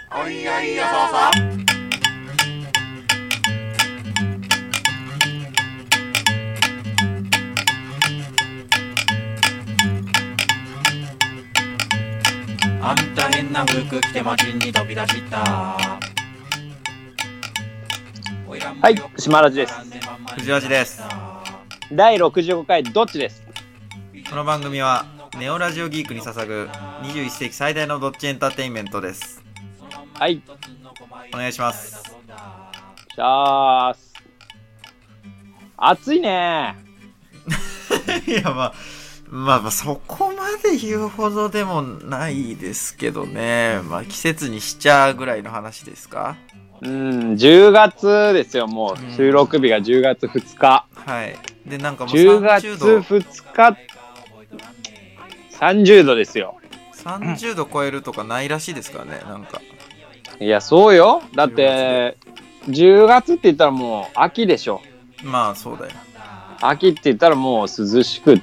おいおいよそうそう。あんた変な服着て街に飛び出した。 はい、島ラジです。 藤ラジです。 第65回どっちです。 この番組はネオラジオギークに捧ぐ21世紀最大のどっちエンターテインメントです。 はい、 お願いします。 しゃーす。暑いねいやまあそこまで言うほどでもないですけどね。まあ季節にしちゃうぐらいの話ですか。 10月ですよ。もう収録日が10月2日。 はい。でなんかもう 10月2日30度ですよ。 30度超えるとかないらしいですからね。なんかいやそうよ。だって10月って言ったらもう秋でしょ。 まあそうだよ。 秋って言ったらもう涼しくって、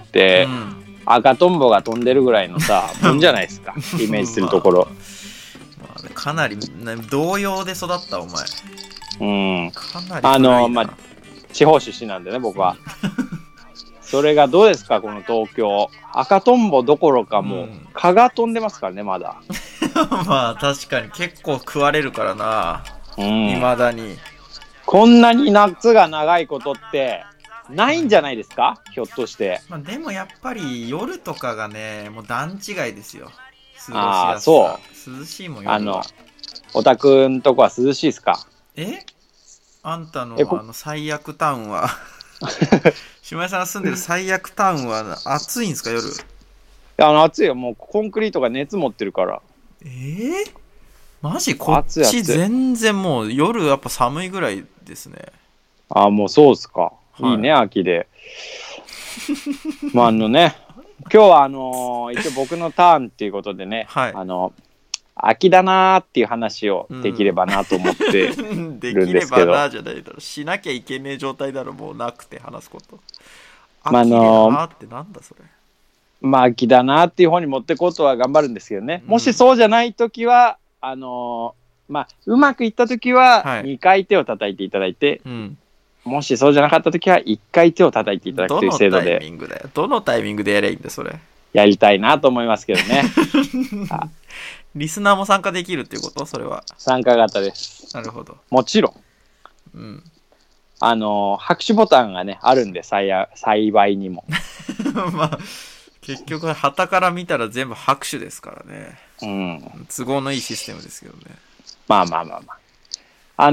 赤とんぼが飛んでるぐらいのさもんじゃないですか。イメージするところ、 まあね、かなり童謡で育ったお前。かなり地方出身なんでね僕は。それがどうですかこの東京。赤とんぼどころかもう蚊が飛んでますからねまだ。 まあ確かに結構食われるからな。未だにこんなに夏が長いことってないんじゃないですかひょっとして。 まあ、でもやっぱり夜とかがねもう段違いですよ。過ごしやすさ。 そう涼しいもん夜は。 おたくんとこは涼しいですか。 あんたの最悪タウンは島井さんが住んでる最悪タウンは暑いんですか夜。 暑いよ。もうコンクリートが熱持ってるから。 マジこっち全然もう夜やっぱ寒いぐらいですね。 もうそうっすか。いいね、秋で。まあ今日は一応僕のターンっていうことでね、秋だなーっていう話をできればなと思ってるんですけど、 できればなじゃないだろ。しなきゃいけねえ状態だろ。もうなくて話すこと。秋だなってなんだそれ。 まあ秋だなっていう方に持っていこうとは頑張るんですけどね、もしそうじゃないときはうまくいったときは2回手を叩いていただいて、もしそうじゃなかったときは1回手を叩いていただくという制度で。 どのタイミングでやればいいんだそれ。 やりたいなと思いますけどね。 リスナーも参加できるっていうこと。それは参加型です。 なるほど。 もちろん、拍手ボタンがねあるんで幸いにも。まあ結局旗から見たら全部拍手ですからね。都合のいいシステムですけどね。 まあ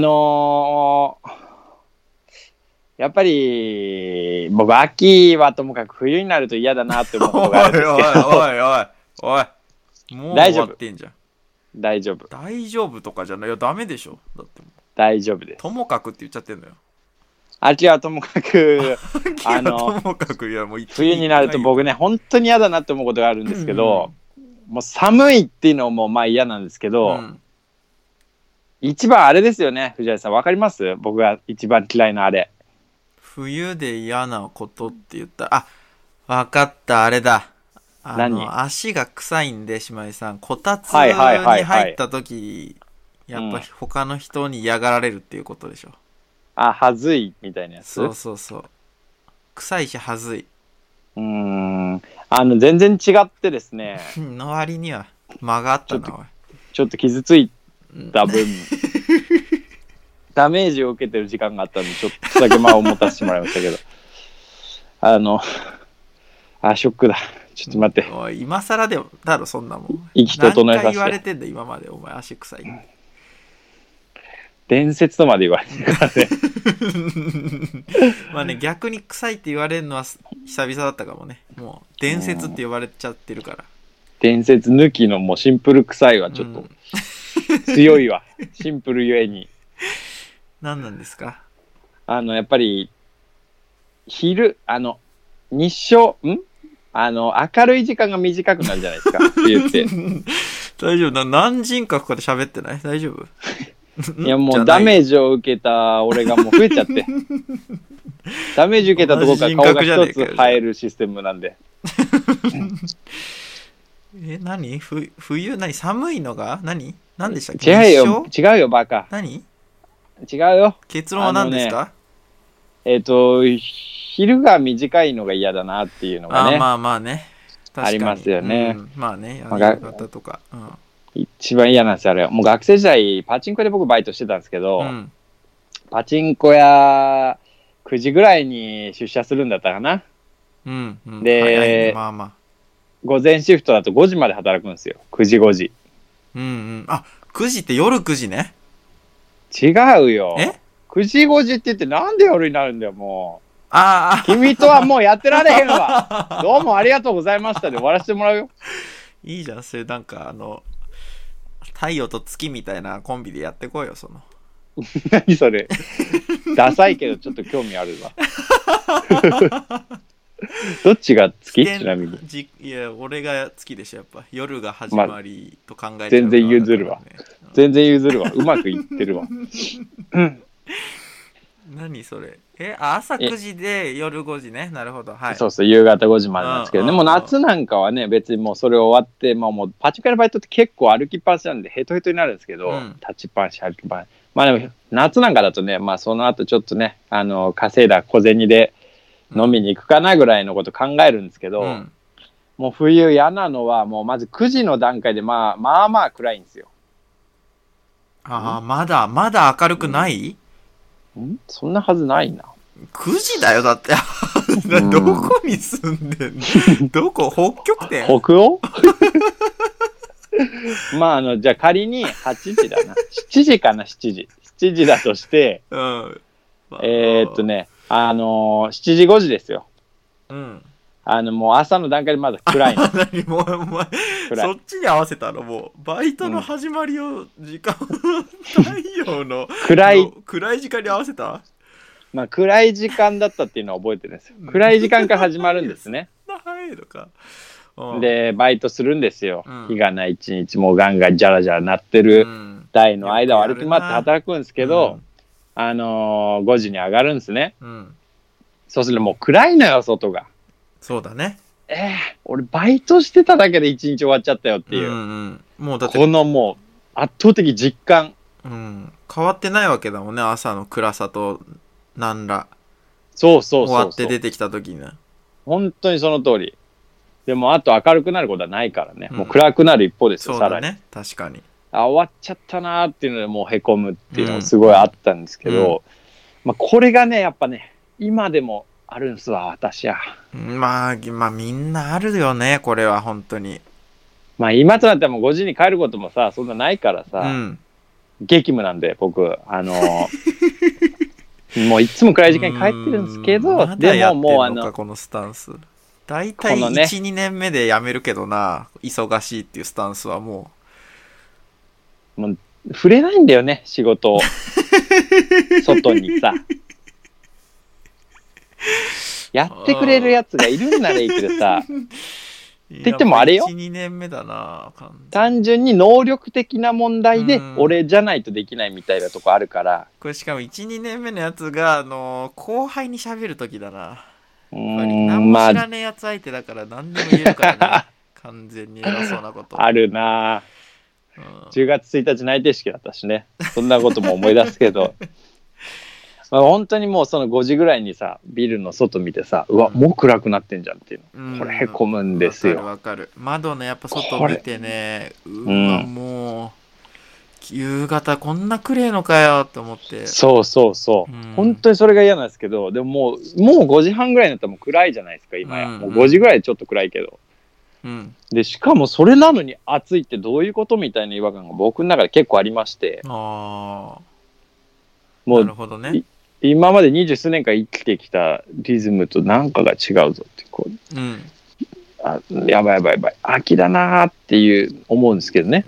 やっぱり僕秋はともかく冬になると嫌だなって思うことがあるんですけど。 おいもう終わってんじゃん。 大丈夫とかじゃないよ。ダメでしょ。だってもう大丈夫です。 ともかくって言っちゃってんのよ。 秋はともかくともかく。いやもう冬になると僕ね本当に嫌だなって思うことがあるんですけど、もう寒いっていうのもまあ嫌なんですけど、一番あれですよね藤原さん、わかります？僕が一番嫌いなあれ。 冬で嫌なことって言ったらわかった、あれだ。足が臭いんで島井さん、こたつに入った時、やっぱ他の人に嫌がられるっていうことでしょ。 はずいみたいなやつ。 そう臭いしはずい。 全然違ってですねの割には間があったな。 ちょっと傷ついた分ダメージを受けてる時間があったんでちょっとだけ間を持たせてもらいましたけどショックだ。ちょっと待って。 おい今更でもだろそんなもん。 息整えさせて。 何回言われてんだ今までお前足臭い。 伝説とまで言われてるからね。 まあね逆に臭いって言われるのは久々だったかもね。もう伝説って呼ばれちゃってるから。 伝説抜きのもうシンプル臭いはちょっと強いわ。シンプルゆえに。 何なんですか。 やっぱり昼日照明るい時間が短くなるじゃないですか冬って。 大丈夫な。何人格かで喋ってない？大丈夫？ いやもうダメージを受けた俺がもう増えちゃってダメージ受けたところから顔が一つ生えるシステムなんで。 何？冬何？寒いのが何？ 何でしたっけ？ 違うよ、バカ。 何？ 違うよ。 結論は何ですか？ 昼が短いのが嫌だなっていうのがね。 まあね。確かにありますよね。 まあね、夕方とか。 一番嫌なんですよ、あれ。もう学生時代、パチンコで僕バイトしてたんですけど、パチンコ屋9時ぐらいに出社するんだったかな。で、午前シフトだと5時まで働くんですよ。9時5時。 あ、9時って夜9時ね。 違うよ。9時5時って言ってなんで夜になるんだよ、もう。君とはもうやってられへんわ。どうもありがとうございましたで終わらせてもらうよ。 いいじゃん、それなんか太陽と月みたいなコンビでやってこいよ、その。 何それ。ダサいけどちょっと興味あるわ。どっちが月？ちなみに。 いや、俺が月でしょ、やっぱ。夜が始まりと考えちゃう、 全然譲るわ。全然譲るわ。うまくいってるわ。 何それ？朝9時で夜5時ね。なるほど。はい。 そうそう、夕方5時までなんですけど、でも夏なんかはね、別にもうそれ終わって、もうパチンコのバイトって結構歩きっぱなしなんで、ヘトヘトになるんですけど、立ちっぱなし、歩きっぱなし。まあでも、夏なんかだとね、まあその後ちょっとね、稼いだ小銭で飲みに行くかなぐらいのこと考えるんですけど、もう冬嫌なのは、もうまず9時の段階でまあ暗いんですよ。 まだ明るくない？ そんなはずないな。 9時だよ、だって。どこに住んでんの？どこ？北極点？ 北欧？まあじゃあ仮に8時だな。7時かな、7時。7時だとして、7時5時ですよ。もう朝の段階でまだ暗いの。 もうお前そっちに合わせたの？もうバイトの始まりを時間、太陽の暗い時間に合わせた？ まあ暗い時間だったっていうのは覚えてるんですよ。暗い時間から始まるんですね。 早いのか。 でバイトするんですよ。日がない一日もうガンガンジャラジャラ鳴ってる台の間を歩き回って働くんですけど、5時に上がるんですね。そうするともう暗いのよ、外が。 そうだね。 俺バイトしてただけで一日終わっちゃったよっていう、 もうだってこのもう圧倒的実感、 変わってないわけだもんね、朝の暗さと何ら。 そう終わって出てきた時にね。 本当にその通り。でもあと明るくなることはないからね、もう暗くなる一方ですよ。 そうだね、確かに。 終わっちゃったなーっていうのでもうへこむっていうのがすごいあったんですけど、これがねやっぱね今でもあるんすわ、私は。 まあみんなあるよね、これは本当に。 まあ今となってはもう5時に帰ることもさそんなないからさ、激務なんで僕もういつも暗い時間に帰ってるんですけど、 でももうこのスタンス大体 1,2 年目で辞めるけどな、忙しいっていうスタンスはもう触れないんだよね、仕事を外にさやってくれるやつがいるんならいいけどさって言ってもあれよ、 1,2 年目だな。 単純に能力的な問題で俺じゃないとできないみたいなとこあるから。 これしかも 1,2 年目のやつが後輩に喋る時だな。何も知らねえやつ相手だから何でも言えるからね完全に偉そうなことあるな。10月1日内定式だったしね、そんなことも思い出すけど本当にもうその5時ぐらいにさビルの外見てさ、うわもう暗くなってんじゃんっていうの、これへこむんですよ。 わかる。窓のやっぱ外見てね、わもう夕方こんな暗いのかよって思って。 そう、本当にそれが嫌なんですけど、でももう5時半ぐらいになったらもう暗いじゃないですか今や、もう5時ぐらいちょっと暗いけど、でしかもそれなのに暑いってどういうことみたいな違和感が僕の中で結構ありまして。 もうなるほどね。 今まで20数年間生きてきたリズムとなんかが違うぞってこう、やばい秋だなっていう思うんですけどね、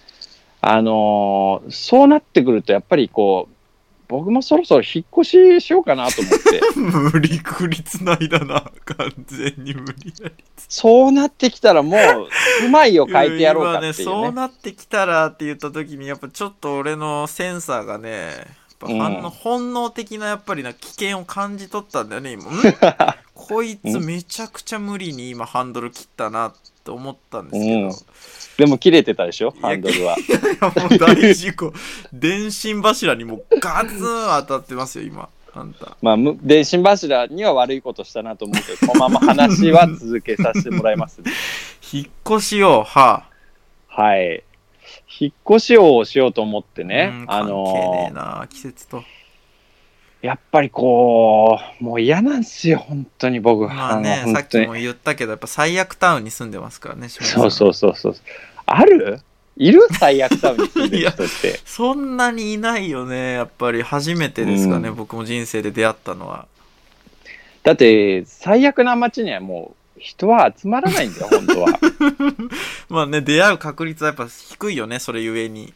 そうなってくるとやっぱりこう僕もそろそろ引っ越ししようかなと思って無理くりつないだな、完全に無理やり。 そうなってきたらもう住まいを変えてやろうかっていうね。 そうなってきたらって言った時にやっぱちょっと俺のセンサーがね本能的なやっぱりな危険を感じ取ったんだよね今。ここいつめちゃくちゃ無理に今ハンドル切ったなって思ったんですけど、 でも切れてたでしょハンドルは。 いやもう大事故電信柱にもうガツン当たってますよ今あんた。 まあ電信柱には悪いことしたなと思うけど、このまま話は続けさせてもらいます、ね、 引っ越しをはい、引っ越しをしようと思ってね、 関係ねえな季節と。 やっぱりこうもう嫌なんですよ本当に僕。 まあねさっきも言ったけどやっぱ最悪タウンに住んでますからね。 そういる最悪タウンに住んでる人ってそんなにいないよね。やっぱり初めてですかね、僕も人生で出会ったのは。 だって最悪な街にはもう人は集まらないんだよ本当は。 まあね出会う確率はやっぱ低いよねそれゆえに。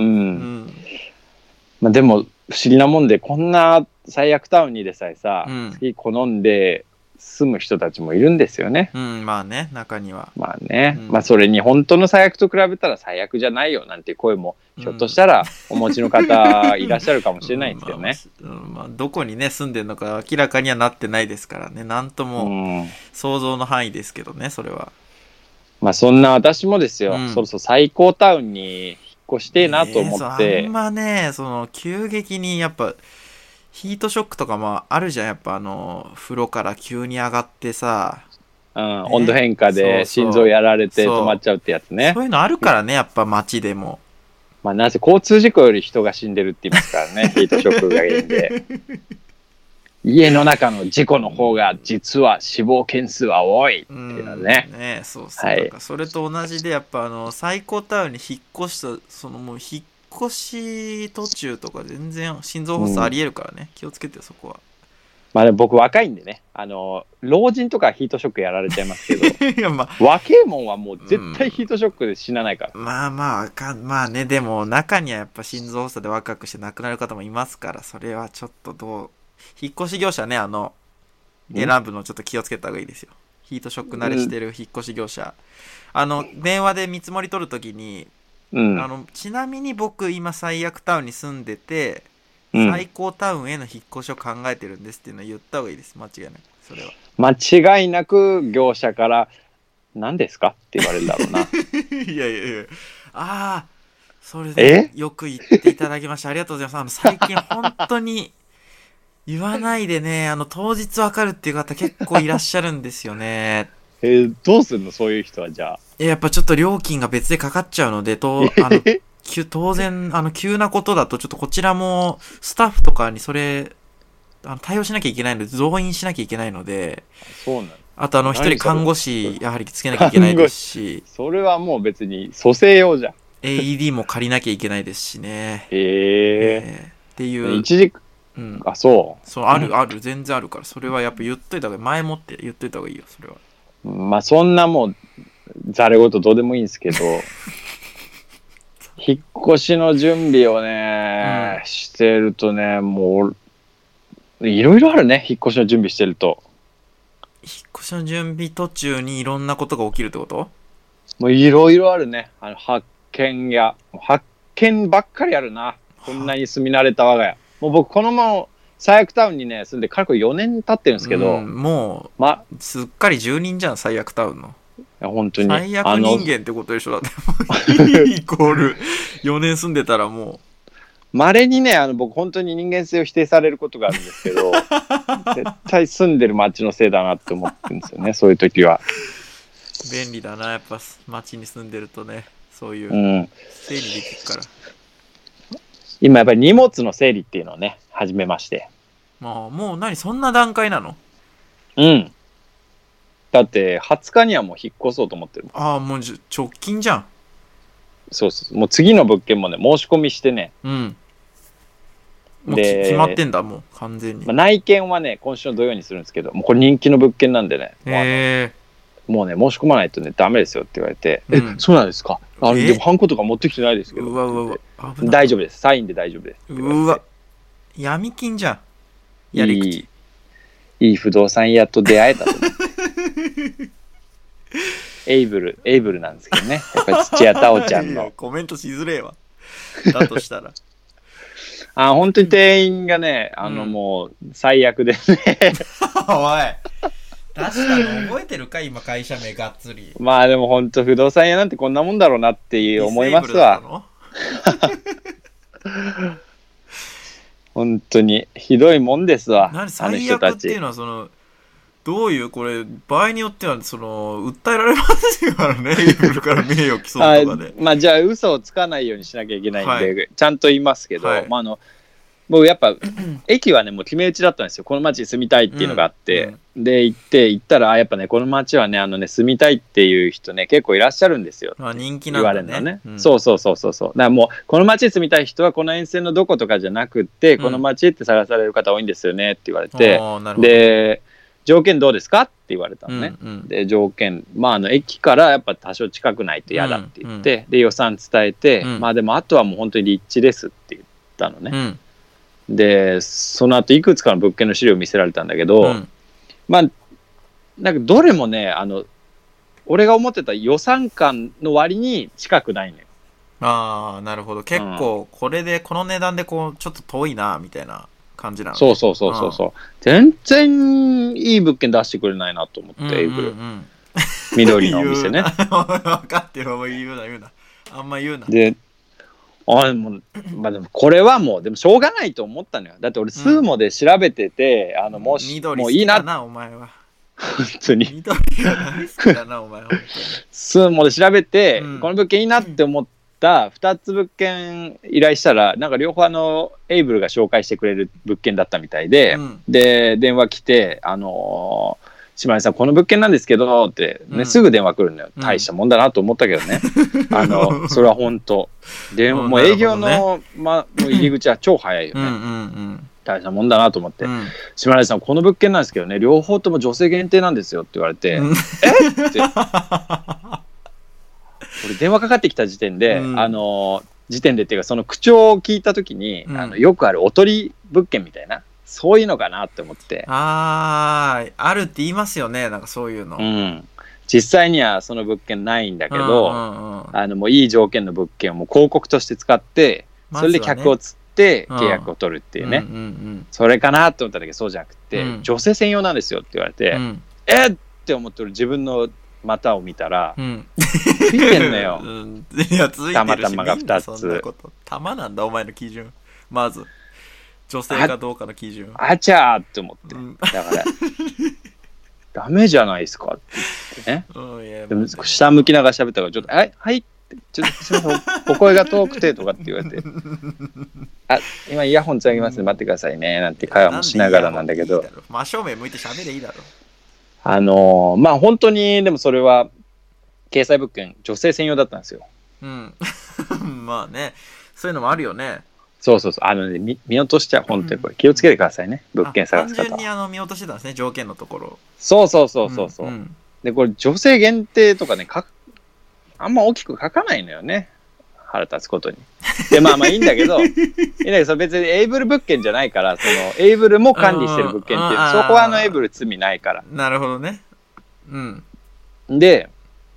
まあ、でも不思議なもんでこんな最悪タウンにでさえさ、次好んで住む人たちもいるんですよね。 まあね中には。 まあね、まあそれに本当の最悪と比べたら最悪じゃないよなんていう声もひょっとしたらお持ちの方いらっしゃるかもしれないんですよね。 まあどこにね住んでるのか明らかにはなってないですからね。なんとも想像の範囲ですけどねそれは。 まあそんな私もですよ、そろそろ最高タウンに引っ越してえなと思って、 あんまねその急激にやっぱヒートショックとかもあるじゃん。やっぱ風呂から急に上がってさ、 温度変化で心臓やられて止まっちゃうってやつね。 そういうのあるからねやっぱ街でも。 まあなぜ交通事故より人が死んでるって言いますからねヒートショックが原因で。家の中の事故の方が実は死亡件数は多いっていうのね。 そう、なんかそれと同じでやっぱ最高タウンに引っ越したそのもう引っ越し途中とか全然心臓発作ありえるからね、気をつけてよそこは。 まあでも僕若いんでね老人とかヒートショックやられちゃいますけどいや、 若えもんはもう絶対ヒートショックで死なないから、 まあねでも中にはやっぱ心臓発作で若くして亡くなる方もいますから、それはちょっと引っ越し業者ね選ぶのちょっと気をつけた方がいいですよ。ヒートショック慣れしてる引っ越し業者、電話で見積もり取るときに、ちなみに僕今最悪タウンに住んでて、最高タウンへの引っ越しを考えてるんですっていうのを言った方がいいです。間違いなくそれは。 間違いなく業者から何ですかって言われるだろうな。 いやそれでよく言っていただきました。ありがとうございます。最近本当に言わないでね当日わかるっていう方結構いらっしゃるんですよね。 どうすんのそういう人は。じゃあやっぱちょっと料金が別でかかっちゃうので当然急なことだとちょっとこちらもスタッフとかにそれ対応しなきゃいけないので増員しなきゃいけないので。 そうなの。 あと一人看護師やはりつけなきゃいけないですし、 それはもう別に蘇生用じゃん。 AED も借りなきゃいけないですしね。っていう一時そうある全然あるから、それはやっぱ言っといた方が前もって言っといた方がいいよそれは。 まあそんなもうざれ言どうでもいいんですけど引っ越しの準備をね、してるとねもういろいろあるね。引っ越しの準備してると引っ越しの準備途中にいろんなことが起きるってこと？ もういろいろあるね。発見ばっかりあるな。こんなに住み慣れた我が家。もう僕このまま最悪タウンにね住んでかれこれ4年経ってるんですけど、 もう、すっかり住人じゃん最悪タウンの。 いや本当に最悪人間ってことでしょ。だってイコール4年住んでたらもう稀にね僕本当に人間性を否定されることがあるんですけど絶対住んでる街のせいだなって思ってるんですよねそういう時は。 便利だなやっぱ街に住んでるとね、そういう整理できるから。 今やっぱり荷物の整理っていうのをね始めまして。 もうそんな段階なの？ だって20日にはもう引っ越そうと思ってる。 もう直近じゃん。 そうもう次の物件もね申し込みしてね。 もう決まってんだもう完全に。 内見はね今週の土曜にするんですけど、もうこれ人気の物件なんでね、もうね申し込まないとねダメですよって言われて、そうなんですか。でもハンコとか持ってきてないですけど。大丈夫です。サインで大丈夫です。 闇金じゃん。やり口。 いい不動産屋と出会えたと思ってエイブルなんですけどね。やっぱり土屋太鳳ちゃんのコメントしづれえわ。だとしたら本当に店員がねもう最悪でねおいしたの覚えてるか今会社名がっつり。 まあでも本当不動産屋なんてこんなもんだろうなって思いますわ。本当にひどいもんですわ。 何最悪っていうのはそのどういうこれ場合によってはその訴えられますからね。エイブルから名誉毀損とかで。 まあじゃあ嘘をつかないようにしなきゃいけないんで、はい、ちゃんと言いますけど、 はい、 まあ僕やっぱ駅はねもう決め打ちだったんですよ。この町に住みたいっていうのがあって、で行ったらやっぱねこの町はね住みたいっていう人ね結構いらっしゃるんですよ。 人気なんだね。 言われるのね、そうだからもうこの町に住みたい人はこの沿線のどことかじゃなくって、この町って探される方多いんですよねって言われて、で条件どうですかって言われたのね、で条件駅からやっぱ多少近くないと嫌だって言って、で予算伝えて、まあでもあとはもう本当に立地ですって言ったのね、でその後いくつかの物件の資料を見せられたんだけど、まあなんかどれもね俺が思ってた予算感の割に近くないのよ。 ああなるほど。結構これでこの値段でこうちょっと遠いなみたいな感じなの、ね、 そう全然いい物件出してくれないなと思って、エイブル緑のお店ね分かってる。言うなあんま言うな。 ででもこれはもうでもしょうがないと思ったのよ。だって俺スーモで調べてて、もういいなお前は本当に緑が大好きだなお前本当に。 スーモで調べて、この物件いいなって思った2つ物件依頼したらなんか両方エイブルが紹介してくれる物件だったみたいで、で電話来て島根さんこの物件なんですけどって、ねすぐ電話来るのよ。大したもんだなと思ったけどね、それは本当でもう営業の、もう入り口は超早いよね、大したもんだなと思って、島根さんこの物件なんですけどね両方とも女性限定なんですよって言われて、えって俺電話かかってきた時点で、時点でっていうかその口調を聞いた時に、よくあるおとり物件みたいなそういうのかなって思って。 あるって言いますよねなんかそういうの、 実際にはその物件ないんだけど、もういい条件の物件をもう広告として使って、それで客を釣って契約を取るっていうね、それかなと思ったんだけどそうじゃなくて、女性専用なんですよって言われて、って思ってる自分の股を見たら、ついてんのよ、 いやついてるし、 たまたまが2つ。 そんなことたまなんだお前の基準。まず女性かどうかの基準。 あちゃーって思って、だからダメじゃないですかって言ってね、でも下向きながら喋ったからちょっとはいちょっとすみませんお声が遠くてとかって言われて今イヤホンつなぎますんで待ってくださいねなんて会話もしながらなんだけど、 真正面向いて喋れいいだろ。 まあ本当にでもそれは掲載物件女性専用だったんですよ。 まあねそういうのもあるよね。 そう見落としちゃう本当にこれ気をつけてくださいね、物件探す方は。 単純に見落としてたんですね条件のところ。 そうでこれ女性限定とかねあんま大きく書かないのよね腹立つことに。でまあいいんだけどそれ別にエイブル物件じゃないからそのエイブルも管理してる物件っていうそこはエイブル罪ないから。 なるほどね。 で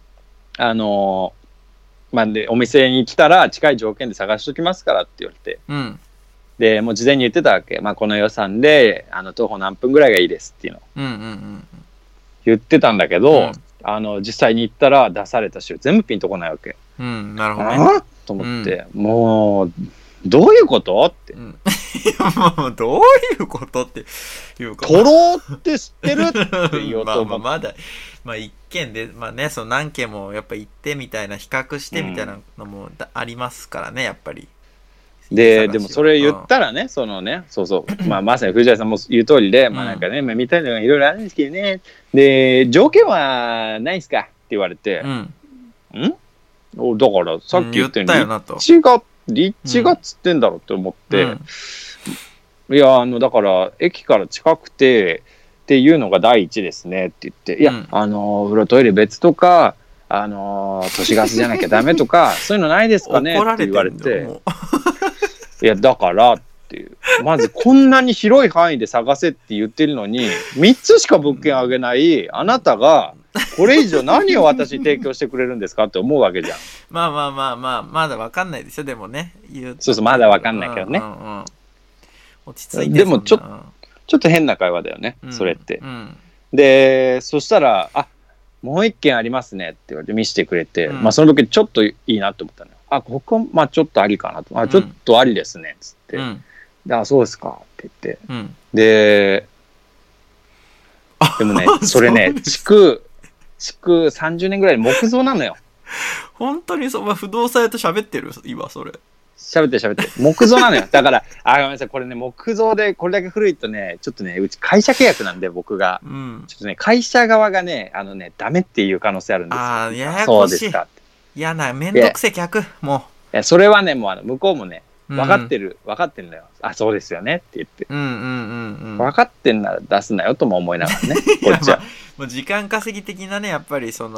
でお店に来たら近い条件で探しときますからって言われて、でもう事前に言ってたわけ、この予算で徒歩何分ぐらいがいいですっていうの言ってたんだけど、実際に行ったら出された資料全部ピンとこないわけ。 なるほどね。 と思って、もうどういうことって、 もうどういうことっていうか取ろうって知ってるって言おうと思ってまだ一件でその何件もやっぱ行ってみたいな比較してみたいなのもありますからねやっぱり。 でもそれ言ったらね、まさに藤谷さんも言う通りで、なんかね、見たいのがいろいろあるんですけどね、で条件はないですかって言われて、だからさっき言ったように立地がつってんだろうって思って、いやだから駅から近くてっていうのが第一ですねって言って、いやお風呂トイレ別とか都市ガスじゃなきゃダメとかそういうのないですかねって言われていやだからっていう、まずこんなに広い範囲で探せって言ってるのに3つしか物件あげないあなたがこれ以上何を私に提供してくれるんですかって思うわけじゃん。 まだ分かんないですよでもね。 まだ分かんないけどね、 落ち着いて。 でもちょっと変な会話だよね、それって。 で、そしたら、もう一件ありますねって言われて見せてくれて、その物件ちょっといいなと思ったのよ。ここ、ちょっとありかなと。ちょっとありですね、つって。で、そうですかって言って。でもね、それね、築30年ぐらい木造なのよ。 本当に不動産屋と喋ってる今、それ。 喋ってる。木造なのよ。だから、ごめんなさい、これね、木造でこれだけ古いとね、ちょっとね、うち会社契約なんで、僕が。ちょっとね、会社側がね、ダメっていう可能性あるんですよ。 ややこしい。 そうですかって。 嫌な、めんどくせえ客、もう。それはね、もう向こうもね、分かってるんだよ。そうですよねって言って。分かってんなら出すなよとも思いながらね、こっちは。 もう時間稼ぎ的なね、やっぱりそう、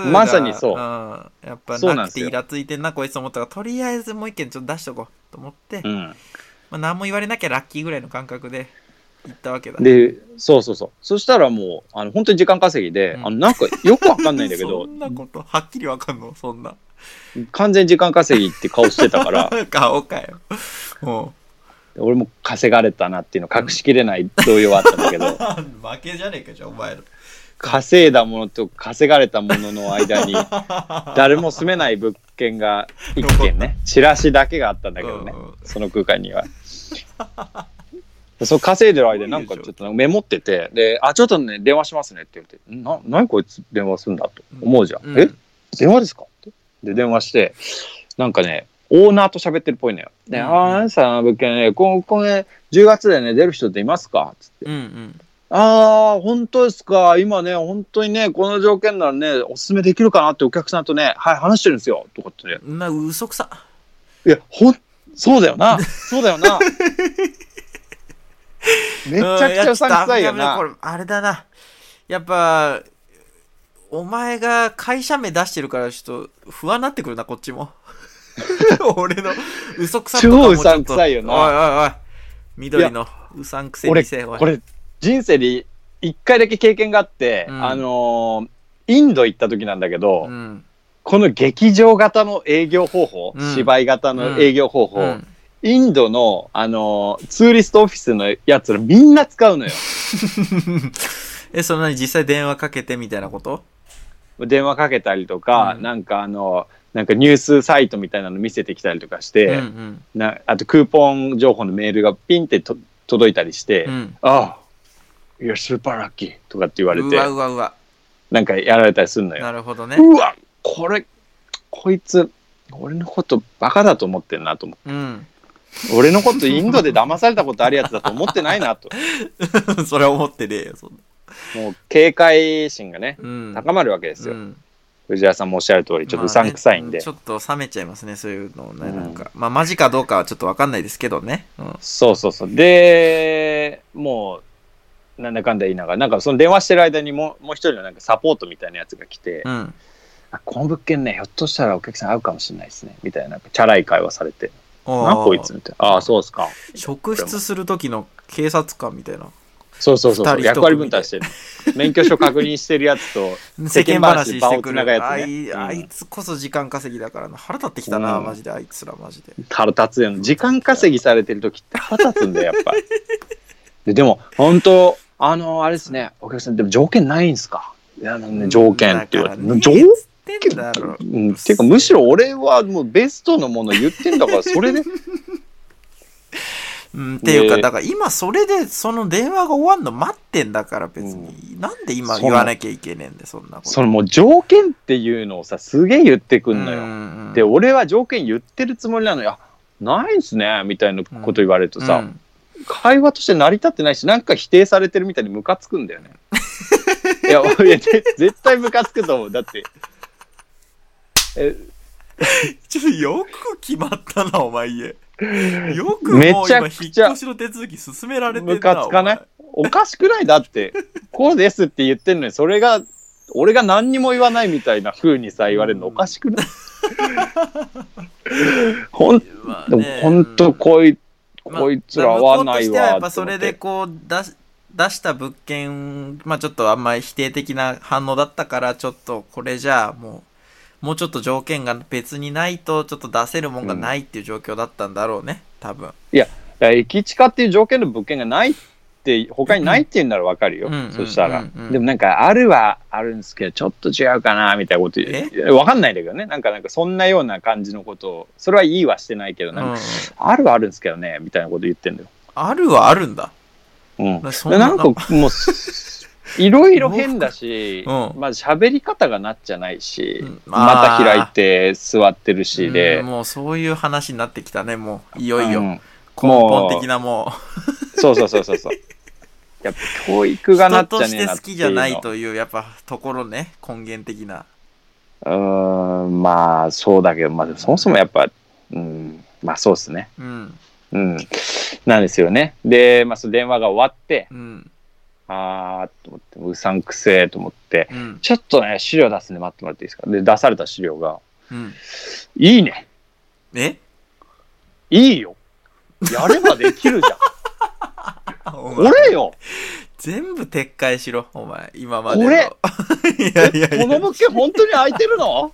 まさにそう。 やっぱなくてイラついてんな、こいつと思ったから、とりあえずもう一件ちょっと出しとこうと思って、何も言われなきゃラッキーぐらいの感覚で行ったわけだ。 で、そう。そしたらもう、本当に時間稼ぎで、なんかよくわかんないんだけど。 そんなこと、はっきりわかんのそんな。 完全時間稼ぎって顔してたから。 顔かよ。 俺も稼がれたなっていうの隠しきれない動揺はあったんだけど。 負けじゃねえか、じゃあお前ら。 稼いだものと稼がれたものの間に誰も住めない物件が一軒ね、チラシだけがあったんだけどね、その空間には。そう稼いでる間になんかちょっとメモってて、で、ちょっとね電話しますねって言って、何こいつ電話するんだと思うじゃん。電話ですかって。で電話してなんかねオーナーと喋ってるっぽいのよ。で、何さ物件ね、これ10月でね出る人っていますかつって。本当ですか。今ね、本当にね、この条件ならね、おすすめできるかなってお客さんとね、話してるんですよ。とかってね。 嘘くさ。 いや、そうだよな。めちゃくちゃうさんくさいよな。 これ、あれだな。やっぱ、お前が会社名出してるからちょっと不安になってくるな、こっちも。俺の嘘くさとかもちょっと。 超うさんくさいよな。 おい。緑のうさんくせにせえ。 これ、人生で1回だけ経験があって、インド行った時なんだけど、この劇場型の営業方法、芝居型の営業方法、インドの、ツーリストオフィスのやつらみんな使うのよ。 そんなに実際電話かけてみたいなこと？ 電話かけたりとか、なんかニュースサイトみたいなの見せてきたりとかして、あとクーポン情報のメールがピンって届いたりして、You're super lucky とかって言われて、なんかやられたりするのよ。 なるほどね。 うわ、こいつ、俺のことバカだと思ってんなと思って。俺のことインドで騙されたことあるやつだと思ってないなと。 それは思ってねえよ、そんな。 もう警戒心がね、高まるわけですよ。藤原さんもおっしゃる通り、ちょっとうさんくさいんで。 ちょっと冷めちゃいますね、そういうのね、なんか。マジかどうかはちょっとわかんないですけどね。 そう。で、もう、なんだかんだ言いながら、なんかその電話してる間にもう一人のなんかサポートみたいなやつが来て、この物件ね、ひょっとしたらお客さん合うかもしれないですね、みたいな、なんかチャラい会話されて。こいつみたいな。そうですか。 職質する時の警察官みたいな。 そう役割分担してる。免許証確認してるやつと世間話してくるやつね。 あいつこそ時間稼ぎだからな。腹立ってきたな、マジで。あいつらマジで腹立つよ。時間稼ぎされてる時って腹立つんだよ、やっぱり。でも本当あれですね、お客さんでも条件ないんすか。いや、条件って言われて、条件っていうかむしろ俺はもうベストのもの言ってんだからそれでっていうか、だから今それでその電話が終わるの待ってんだから別に、なんで今言わなきゃいけねえんで、そんなこと。 そのもう条件っていうのをさ、すげえ言ってくんのよ。で、俺は条件言ってるつもりなのよ。ないんすねみたいなこと言われるとさ、会話として成り立ってないし、なんか否定されてるみたいにムカつくんだよね。いや絶対ムカつくと思う。だってちょっとよく決まったな、お前家。よくもう今引っ越しの手続き進められてんな。 ムカつかない？おかしくない？だってこうですって言ってんのに、それが俺が何にも言わないみたいな風にさ言われるのおかしくない？ほんとこいつら合わないわって思って。向こうとしてはやっぱそれでこう出した物件、ちょっとあんまり否定的な反応だったから、ちょっとこれじゃあもうちょっと条件が別にないとちょっと出せるもんがないっていう状況だったんだろうね、多分。 いや、駅近っていう条件の物件がないっって他にないって言うんならわかるよ、そしたら、でもなんかあるはあるんですけどちょっと違うかなみたいなことわかんないんだけどね、なんかそんなような感じのことを、それは言いはしてないけど、なんか、あるはあるんですけどねみたいなこと言ってんだよ。 あるはあるんだ。 なんかもういろいろ変だし、まあ喋り方がなっちゃないし、また開いて座ってるしで、 もうそういう話になってきたね。もういよいよ根本的なもうそうやっぱ教育がなっちゃねえなっていうの。人として好きじゃないというやっぱところね、根源的な。 まあそうだけど、まあそもそもやっぱまあそうですね。なんですよね。で、まあその電話が終わって。と思って、うさんくせえと思って、ちょっとね、資料出すんで待ってもらっていいですか。で、出された資料が、いいね。いいよ。やればできるじゃん。これよ。 全部撤回しろ、お前。今までの。 これこの物件本当に空いてるの？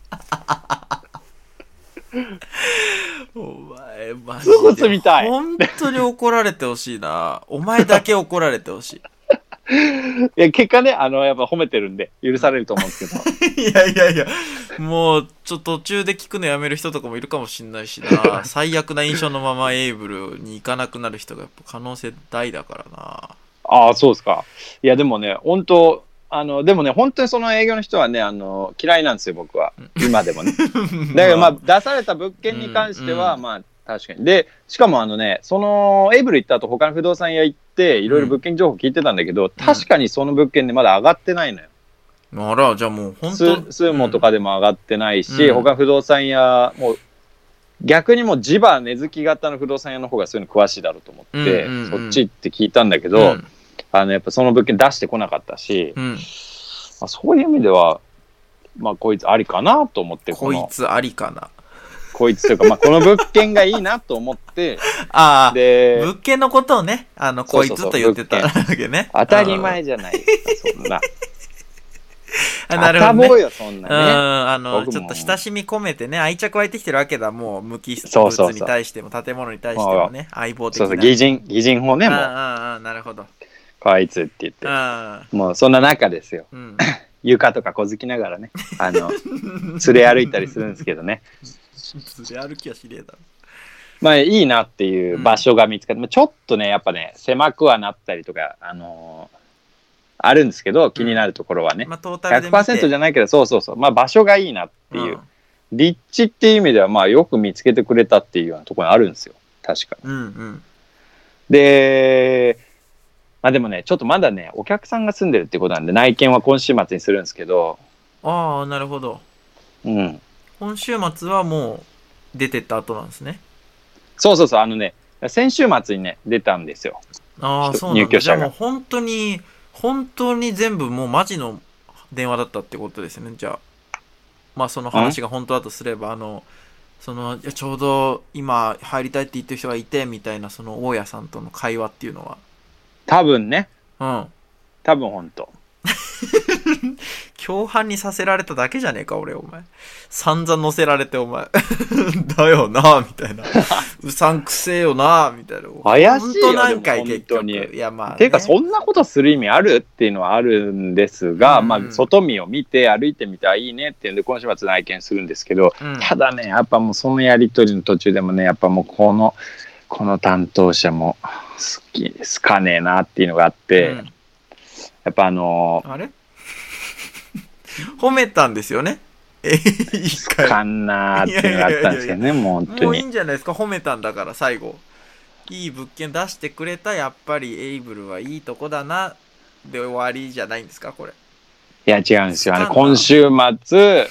お前、マジで。みたい。本当に怒られてほしいな。お前だけ怒られてほしい。 いや結果ね、やっぱ褒めてるんで許されると思うんですけどいやもうちょっと途中で聞くのやめる人とかもいるかもしんないしな。最悪な印象のままエイブルに行かなくなる人がやっぱ可能性大だからな。 ああそうですか。いやでもね本当でもね本当にその営業の人はね嫌いなんですよ僕は今でもね。だからまあ出された物件に関してはまあ確かに。でしかもそのエイブル行った後他の不動産屋行っていろいろ物件情報聞いてたんだけど、確かにその物件でまだ上がってないのよ。 あら、じゃあもう本当スーモとかでも上がってないし、他の不動産屋もう逆にもう地場根付き型の不動産屋の方がそういうの詳しいだろうと思って、そっち行って聞いたんだけど、やっぱその物件出してこなかったし、そういう意味ではまあこいつありかなと思って、 こいつありかな。 こいつというか、まあ、この物件がいいなと思って、 で、物件のことをね、こいつと言ってたわけね。 当たり前じゃない。そんな。 なるほどね。 よ、そんなね。ちょっと親しみ込めてね、愛着湧いてきてるわけだ。もう、無機物に対しても、建物に対してもね、相棒的な。 擬人法ね、もう。 なるほど。 こいつって言って。もう、そんな中ですよ。床とか小突きながらね、連れ歩いたりするんですけどね。 連れ歩きはしねえだろ。 まあいいなっていう場所が見つかって、ちょっとねやっぱね狭くはなったりとかあるんですけど、気になるところはね、100% じゃないけど、そうまあ場所がいいなっていう、立地っていう意味ではまあよく見つけてくれたっていうようなところがあるんですよ、確かに。でまあでもねちょっとまだねお客さんが住んでるってことなんで内見は今週末にするんですけど。 ああなるほど。今週末はもう出てった後なんですね。 そう先週末にね出たんですよ。 そうなんだ。じゃあもう本当に全部もうマジの電話だったってことですね。じゃあまあその話が本当だとすればちょうど今入りたいって言ってる人がいてみたいな、その大家さんとの会話っていうのは多分ね。多分本当。 共犯にさせられただけじゃねえか俺、お前散々乗せられて、お前だよなみたいなうさんくせえよなみたいな。 怪しいよ何回結局に。 いやまあ、ね、 ていうかそんなことする意味あるっていうのはあるんですが、まあ外見を見て歩いてみたらいいねっていうんで今週末内見するんですけど、ただねやっぱもうそのやり取りの途中でもねやっぱもうこの担当者も好かねえなっていうのがあって、やっぱあれ褒めたんですよね。 かんなーっていうのがあったんですよね。もう本当に。 もういいんじゃないですか、褒めたんだから最後。いい物件出してくれた、やっぱりエイブルはいいとこだなで終わりじゃないんですかこれ。 いや違うんですよ。今週末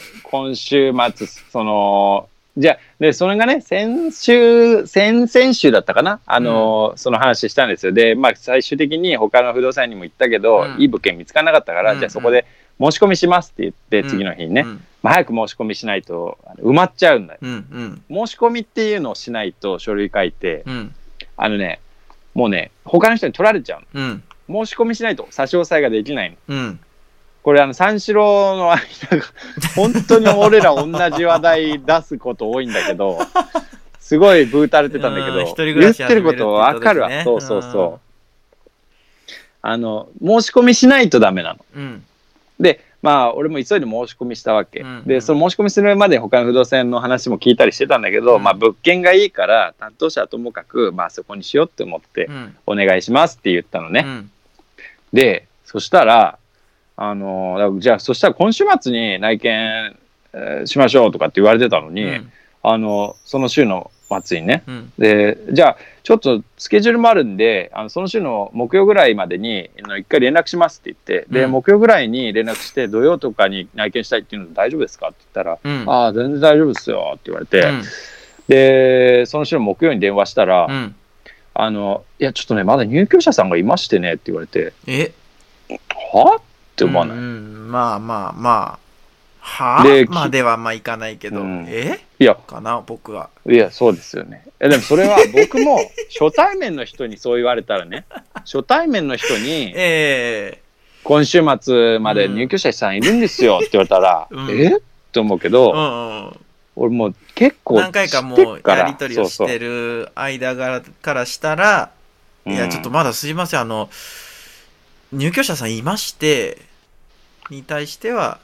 じゃあでそれがね先々週だったかな、その話したんですよ。でまあ最終的に他の不動産にも行ったけど、いい物件見つからなかったから、じゃあそこで申し込みしますって言って、次の日にね、まあ、早く申し込みしないと埋まっちゃうんだよ。申し込みっていうのをしないと書類書いて、もうね他の人に取られちゃうの。申し込みしないと差し押さえができないの。これ三四郎の間が本当に俺ら同じ話題出すこと多いんだけどすごいブーたれてたんだけど、言ってること分かるわ。そう申し込みしないとダメなの。 うん、 で、まあ、俺も急いで申し込みしたわけ。 うんうん、 で、その申し込みするまで他の不動産の話も聞いたりしてたんだけど、まあ、物件がいいから、担当者はともかく、まあ、そこにしようって思って、お願いしますって言ったのね。で、そしたら、じゃあ、そしたら今週末に内見、しましょうとかって言われてたのに、その週の末にね、で、じゃあちょっとスケジュールもあるんで、その週の木曜ぐらいまでに一回連絡しますって言って、で、木曜ぐらいに連絡して土曜とかに内見したいっていうの大丈夫ですかって言ったら、ああ全然大丈夫ですよって言われて、でその週の木曜に電話したら、いやちょっとねまだ入居者さんがいましてねって言われて、はって思わない？ まあまあまあはぁまではまあいかないけど、いやかな僕は。 いやそうですよね。でもそれは僕も初対面の人にそう言われたらね、初対面の人に、今週末まで入居者さんいるんですよって言われたら、って思うけど、俺もう結構何回かもうやり取りをしてる間からしたら、いやちょっとまだすいません入居者さんいましてに対しては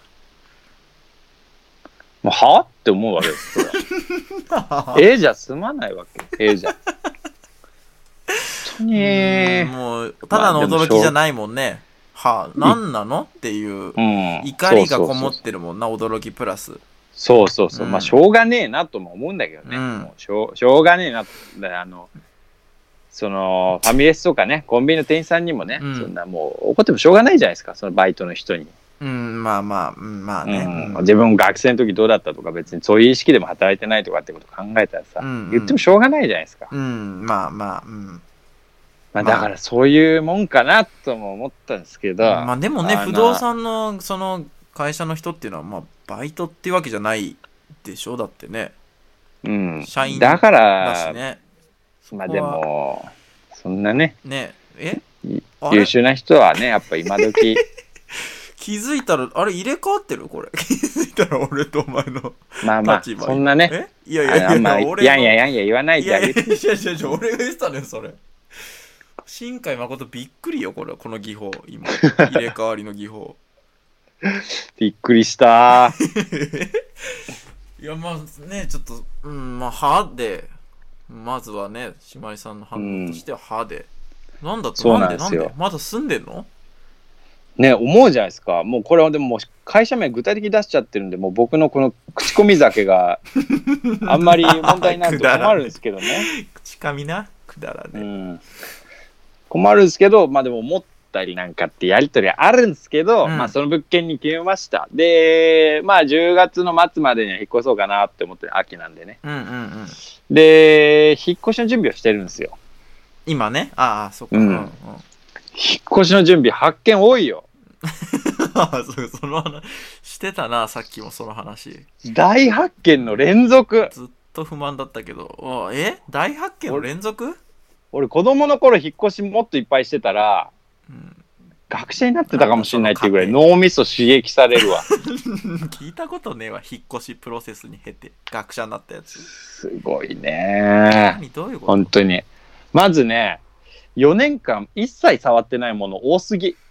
もうはって思うわけです。じゃ済まないわけ。じゃ。本当に。 もう、ただの驚きじゃないもんね。何なのっていう、怒りがこもってるもんな、驚きプラス。 そう。まあ、しょうがねえなとも思うんだけどね。もうしょうがねえな。その、ファミレスとかね、コンビニの店員さんにもね、そんなもう怒ってもしょうがないじゃないですか、そのバイトの人に。 まあね、 自分学生の時どうだったとか別にそういう意識でも働いてないとかってこと考えたらさ、言ってもしょうがないじゃないですか。まあだからそういうもんかなとも思ったんですけど、 まあでもね不動産のその会社の人っていうのはまあバイトっていうわけじゃないでしょだってね。社員だからだしね。 まあでもそんなね優秀な人はねやっぱ今時気づいたらあれ入れ替わってるこれ気づいたら俺とお前のまあそんなねいや俺やんや言わないであげて。 いや俺が言ってたねそれ。新海誠びっくりよこの技法今入れ替わりの技法びっくりしたいやまあねちょっとまあ歯でまずはね姉妹さんの反応としては歯で、なんだとなんでまだ住んでんのね、思うじゃないですか。もうこれはでももう会社名具体的に出しちゃってるんで、もう僕のこの口コミ酒があんまり問題になると困るんですけどね。 口コミなくだらね、 困るんですけど、まあでも思ったりなんかってやり取りあるんですけど、まあその物件に決めました。で、まあ10月の末までには引っ越そうかなって思って秋なんでね。で、引っ越しの準備をしてるんですよ。 今ね。そっか。 引っ越しの準備発見多いよ。 その話してたなさっきもその話。 大発見の連続。 ずっと不満だったけど大発見の連続？ 俺子供の頃引っ越しもっといっぱいしてたら、学者になってたかもしれないっていうぐらい脳みそ刺激されるわ。 聞いたことねえわ引っ越しプロセスに経て学者になったやつ。 すごいね。 どういうこと？本当にまずね4年間一切触ってないもの多すぎ。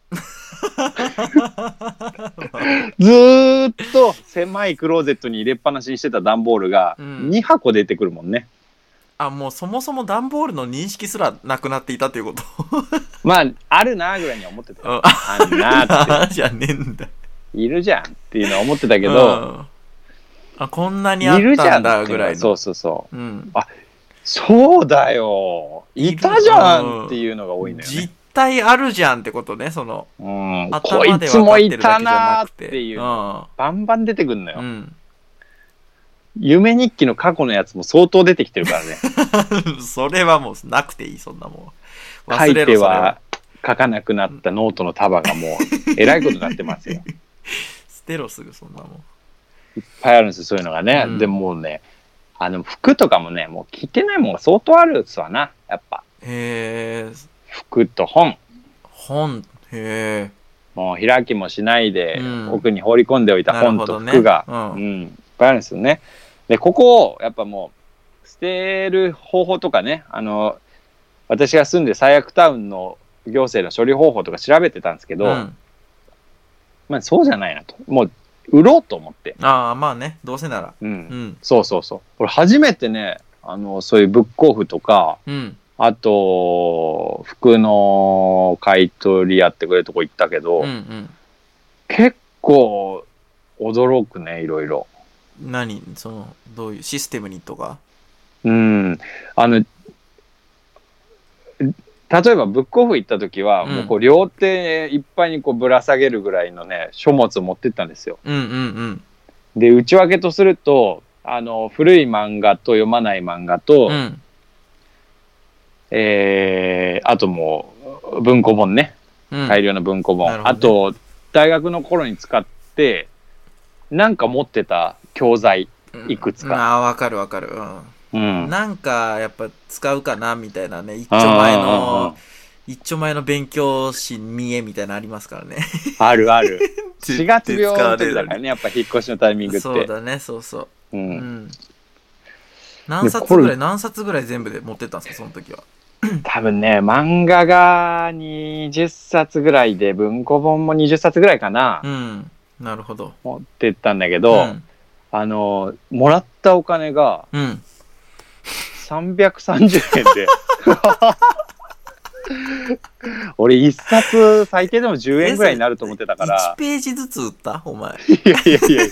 ずーっと狭いクローゼットに入れっぱなしにしてた段ボールが2箱出てくるもんね。 もうそもそも段ボールの認識すらなくなっていたということ。 まああるなぐらいには思ってたよ。あるなってじゃねえんだいるじゃんっていうのは思ってたけど、 こんなにあったんだぐらいの。 そう、そうだよいたじゃんっていうのが多いんだよね。 実対あるじゃんってことねこいつもいたなーっていう、バンバン出てくんのよ、夢日記の過去のやつも相当出てきてるからね。 それはもうなくていいそんなもん。 書いては書かなくなったノートの束がもうえらいことになってますよ。 捨てろすぐそんなもん。 いっぱいあるんですよそういうのがね、でももうね服とかもねもう着てないもんが相当あるっすわなやっぱ。服と本もう開きもしないで、奥に放り込んでおいた本と服が、いっぱいあるんですよね。でここをやっぱもう捨てる方法とかね私が住んで最悪タウンの行政の処理方法とか調べてたんですけど、まあそうじゃないなと。もう売ろうと思って。 ああ、まあね、どうせなら。 そうそうそう。俺初めてね、そういうブックオフとか、あと、服の買い取りやってくれるとこ行ったけど、結構驚くね、いろいろ。 どういうシステムにとか？ 例えばブックオフ行った時は、もうこう両手いっぱいにこうぶら下げるぐらいのね書物を持ってったんですよ。で内訳とすると古い漫画と読まない漫画と、あともう文庫本ね、大量の文庫本、あと大学の頃に使ってなんか持ってた教材いくつか。 わかるわかる。なんかやっぱ使うかなみたいなね、一丁前の勉強し見えみたいなのありますからね。 あるある。4月病の時だからね、やっぱ引っ越しのタイミングって。 そうだね、そうそう。何冊ぐらい全部で持ってったんですか、その時は。 多分ね、漫画が20冊ぐらいで、文庫本も20冊ぐらいかな。 なるほど。 持ってったんだけど、もらったお金が、330円で俺一冊最低でも10円ぐらいになると思ってたから 1ページずつ売ったお前。 いや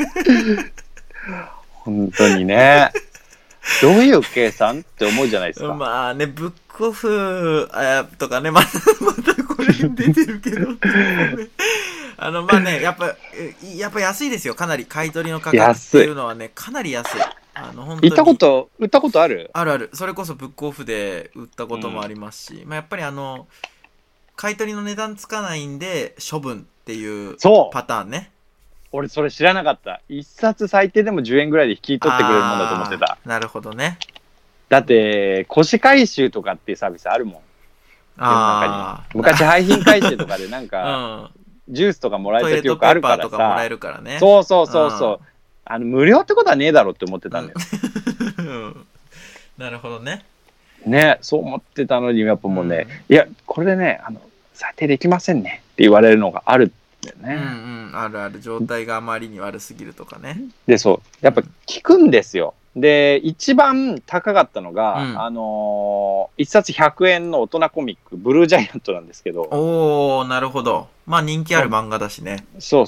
本当にね、どういう計算って思うじゃないですか。 まあね、ブックオフとかね、またこれ出てるけどまあね、やっぱ安いですよ、かなり。買い取りの価格っていうのはね、かなり安い。本当に売ったことある？ あるある。それこそブックオフで売ったこともありますし、まあやっぱり買い取りの値段つかないんで処分っていうパターンね。 俺それ知らなかった。一冊最低でも10円ぐらいで引き取ってくれるもんだと思ってた。 なるほどね。 だって腰回収とかっていうサービスあるもん。昔廃品回収とかでなんか、ジュースとかもらえた記憶あるからさ。トイレットペーパーとかもらえるからね。そう。無料ってことはねえだろって思ってたんだよ。 なるほどね。 ね、そう思ってたのに、やっぱもうね、いや、これでね、査定できませんねって言われるのがあるんだよね。 あるある。状態があまりに悪すぎるとかね。 で、そう。やっぱ聞くんですよ。で、一番高かったのが、一冊100円の大人コミック、ブルージャイアントなんですけど。 おー、なるほど。まあ人気ある漫画だしね。 そう。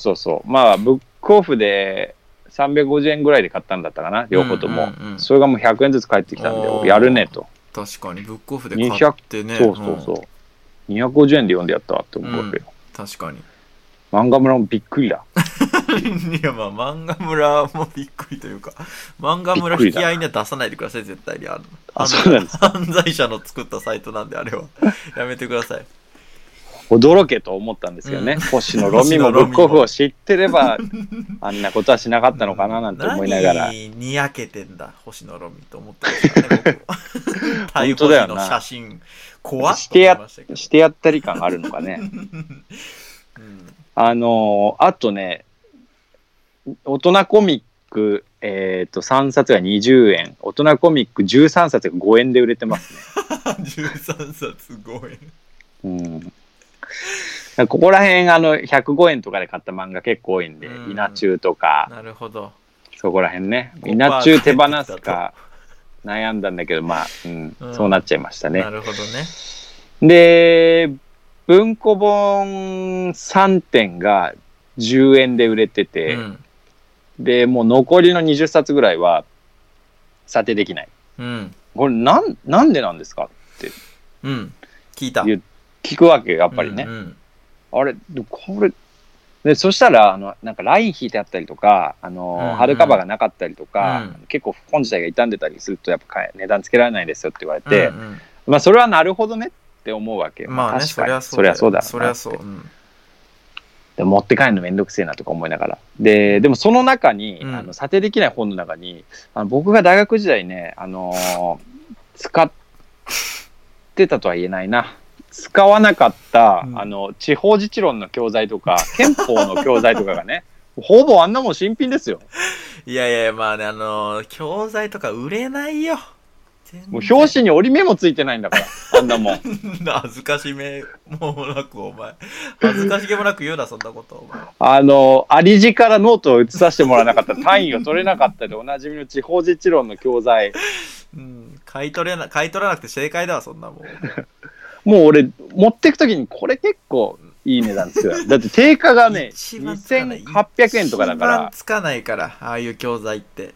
まあ、ブックオフで、350円ぐらいで買ったんだったかな、両方とも。それがもう100円ずつ返ってきたんで、やるねと。 確かに、ブックオフで買ってね。 そう。250円で読んでやったわって思うわけよ。 確かに。 漫画村もびっくりだ。 いや、まあ、漫画村もびっくりというか、漫画村引き合いには出さないでください、絶対に。 そうなんですか。 犯罪者の作ったサイトなんで、あれは。やめてください。 驚けと思ったんですけどね。星野ロミもブックオフを知ってればあんなことはしなかったのかななんて思いながら。 何にやけてんだ星野ロミと思ったんですよね、僕。逮捕時の写真怖っしてやったり感あるのかね。あとね、大人コミック3冊が20円、大人コミック13冊が5円で売れてますね。 13冊5円。 ここら辺105円とかで買った漫画結構多いんで、稲中とか。 なるほど。 そこら辺ね。稲中手放すか悩んだんだけど、まあ、そうなっちゃいましたね。 なるほどね。 で、文庫本3点が10円で売れてて、で、もう残りの20冊ぐらいは査定できない。これなんでなんですかって。 聞いた。 聞くわけよ、やっぱりね。あれ、これ、で、そしたら、なんかライン引いてあったりとか、ハルカバーがなかったりとか、結構本自体が傷んでたりすると、やっぱ値段つけられないですよって言われて、まあ、それはなるほどねって思うわけよ。 まあ、 確かに。 そりゃそうだ。 そりゃそう。で持って帰るのめんどくせえなとか思いながら。でもその中に、査定できない本の中に、僕が大学時代ね、使ってたとは言えないな。使わなかった、地方自治論の教材とか、憲法の教材とかがね、ほぼあんなもん新品ですよ。 いや、まあね、教材とか売れないよ。 もう表紙に折り目もついてないんだからあんなもん恥ずかしめもなくお前恥ずかしげもなく言うなそんなことお前あり字からノートを写させてもらわなかった単位を取れなかったでおなじみの地方自治論の教材、 買い取らなくて正解だわそんなもんもう俺持ってくときにこれ結構いい値段ですよだって定価がね2800円とかだから一番つかないからああいう教材って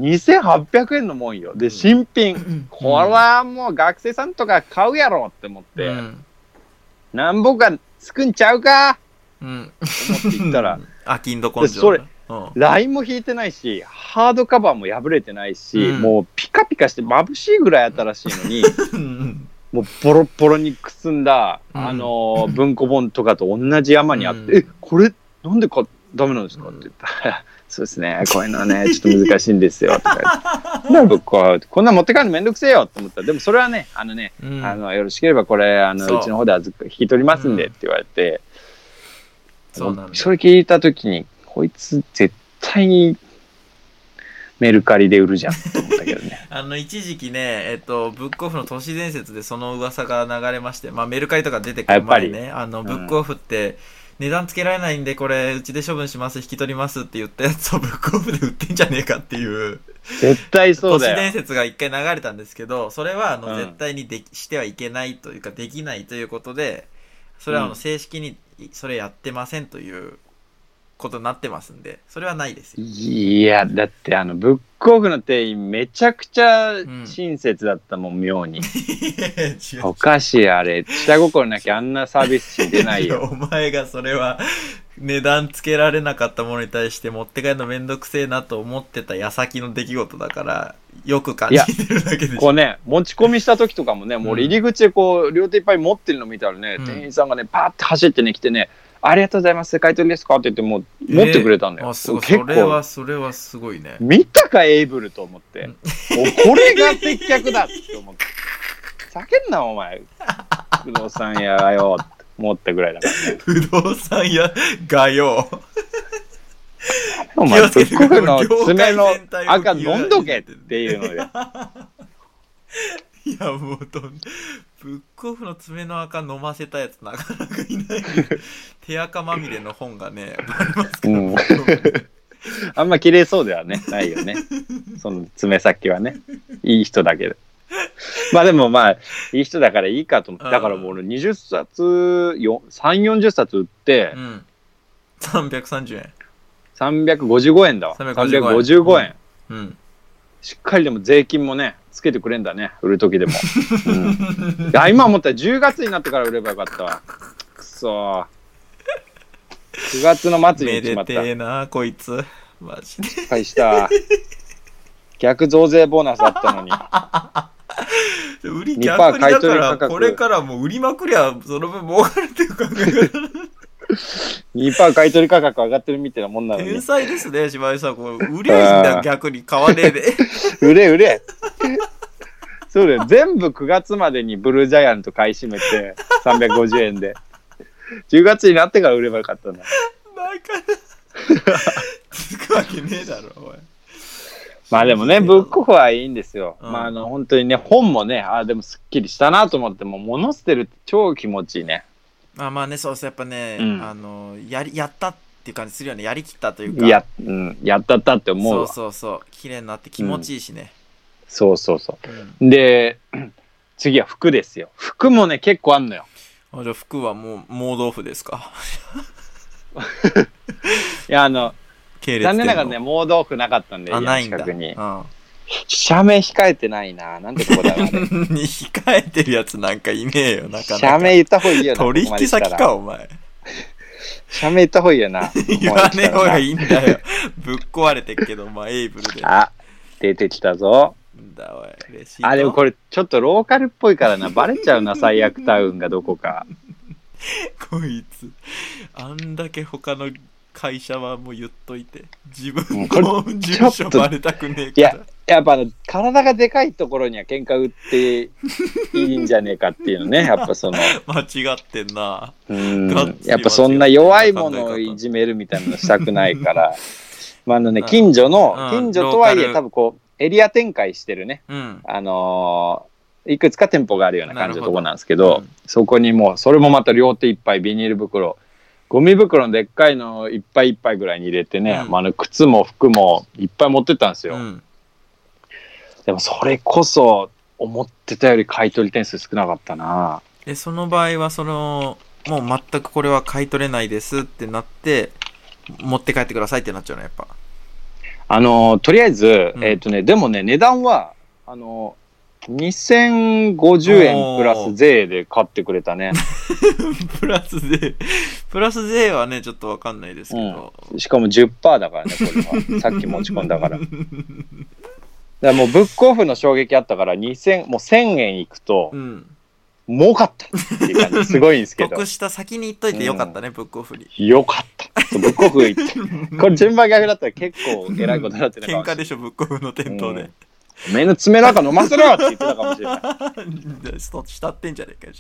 2800円のもんよで新品、これはもう学生さんとか買うやろって思って、なんぼかつくんちゃうか、思って言ったらあきんど根性それ、ラインも引いてないしハードカバーも破れてないし、もうピカピカして眩しいぐらい新しいのにもうボロボロにくすんだ、文庫本とかと同じ山にあって、これなんでダメなんですかって言ったらそうですね、こういうのはね、ちょっと難しいんですよ、とか言って。こんな持って帰るのめんどくせえよって思ったら、でもそれはね、よろしければこれ、うちの方で引き取りますんでって言われて、それ聞いたときに、こいつ絶対にメルカリで売るじゃんって思ったけどね。 一時期ね、ブックオフの都市伝説でその噂が流れまして、まあメルカリとか出てくる前にね、ブックオフって、値段つけられないんでこれうちで処分します引き取りますって言ったやつをブックオフで売ってんじゃねえかっていう絶対そうだよ都市伝説が一回流れたんですけどそれは絶対にしてはいけないというかできないということでそれは正式にそれやってませんということになってますんでそれはないですよ。 いやだってブックオフの店員めちゃくちゃ親切だったもん、妙におかしいあれ下心なきゃあんなサービスし出ないよお前がそれは値段つけられなかったものに対して持って帰るのめんどくせえなと思ってた矢先の出来事だからよく感じてるだけでしょ。 こうね持ち込みした時とかもねもう入り口でこう両手いっぱい持ってるの見たらね、店員さんがねパーって走ってね来てねありがとうございます。買い取りですかって言っても持ってくれたんだよ。 それはすごいね。 見たかエイブルと思って。これが接客だって思って。叫んなお前。不動産屋がよって思ったぐらいだからね。 不動産屋がよ。 お前ブックオフの爪の赤飲んどけっていうので。 いやもうブックオフの爪の赤飲ませたやつなかなかいない手赤まみれの本がねありますけど、 あんま綺麗そうではねないよねその爪先はねいい人だけどまあでもまあいい人だからいいかと思ってだからもう俺20冊340冊売って、 330円 355円だわ355円、しっかりでも税金もねつけてくれんだね売る時でも、いや今思ったら10月になってから売ればよかったわくそ9月の末に売っちまった。 めでてえなこいつマジで失敗した逆増税ボーナスあったのに売り逆にだからこれからもう売りまくりゃその分儲かるっていう考え方 2% 買い取り価格上がってるみたいなもんなのに天才ですね柴井さんこれ売りゃいいんだ逆に買わねえで売れそうだよ全部9月までにブルージャイアント買い占めて350円で10月になってから売ればよかったんだだからつくわけねえだろおいまあでもねブックオフはいいんですよ、まあ本当にね本もねでもすっきりしたなと思っても物捨てるって超気持ちいいね。 まあねそうやっぱね、やったっていう感じするよねやりきったというかやったったって思うわそう綺麗になって気持ちいいしね、 そう、で次は服ですよ。服もね結構あんのよ。 じゃあ服はもう盲豆腐ですかいや残念ながらね盲豆腐なかったんで近くに社名控えてないなんでここだろうね控えてるやつなんかいねえよなかなか社名言った方がいいよな取引先かお前社名言った方がいいよな言わねえ方がいいんだよぶっ壊れてっけどエイブルで出てきたぞだおい嬉しいでもこれちょっとローカルっぽいからなバレちゃうな最悪タウンがどこかこいつあんだけ他の会社はもう言っといて自分の住所バレたくねえから。 やっぱ体がでかいところには喧嘩売っていいんじゃねえかっていうのねやっぱその間違ってんなやっぱそんな弱いものをいじめるみたいなのしたくないから近所とはいえ多分こうエリア展開してるね、いくつか店舗があるような感じのとこなんですけど、そこにもうそれもまた両手いっぱいビニール袋、ゴミ袋のでっかいのいっぱいいっぱいぐらいに入れてね、靴も服もいっぱい持ってったんですよ、でもそれこそ思ってたより買い取り点数少なかったな。 その場合はもう全くこれは買い取れないですってなって持って帰ってくださいってなっちゃうのやっぱ。 とりあえず、でもね値段は2050円プラス税で買ってくれたね。 プラス税はねちょっとわかんないですけど、 しかも 10% だからねこれはさっき持ち込んだからだからもうブックオフの衝撃あったからもう1000円いくと、儲かったっていう感じすごいんですけど得した先に言っといてよかったね、ブックオフによかったブックオフ行ってこれ順番逆だったら結構えらいことになって喧嘩でしょブックオフの店頭で、 目の爪なんか飲ませろって言ってたかもしれないしたってんじゃねえかよ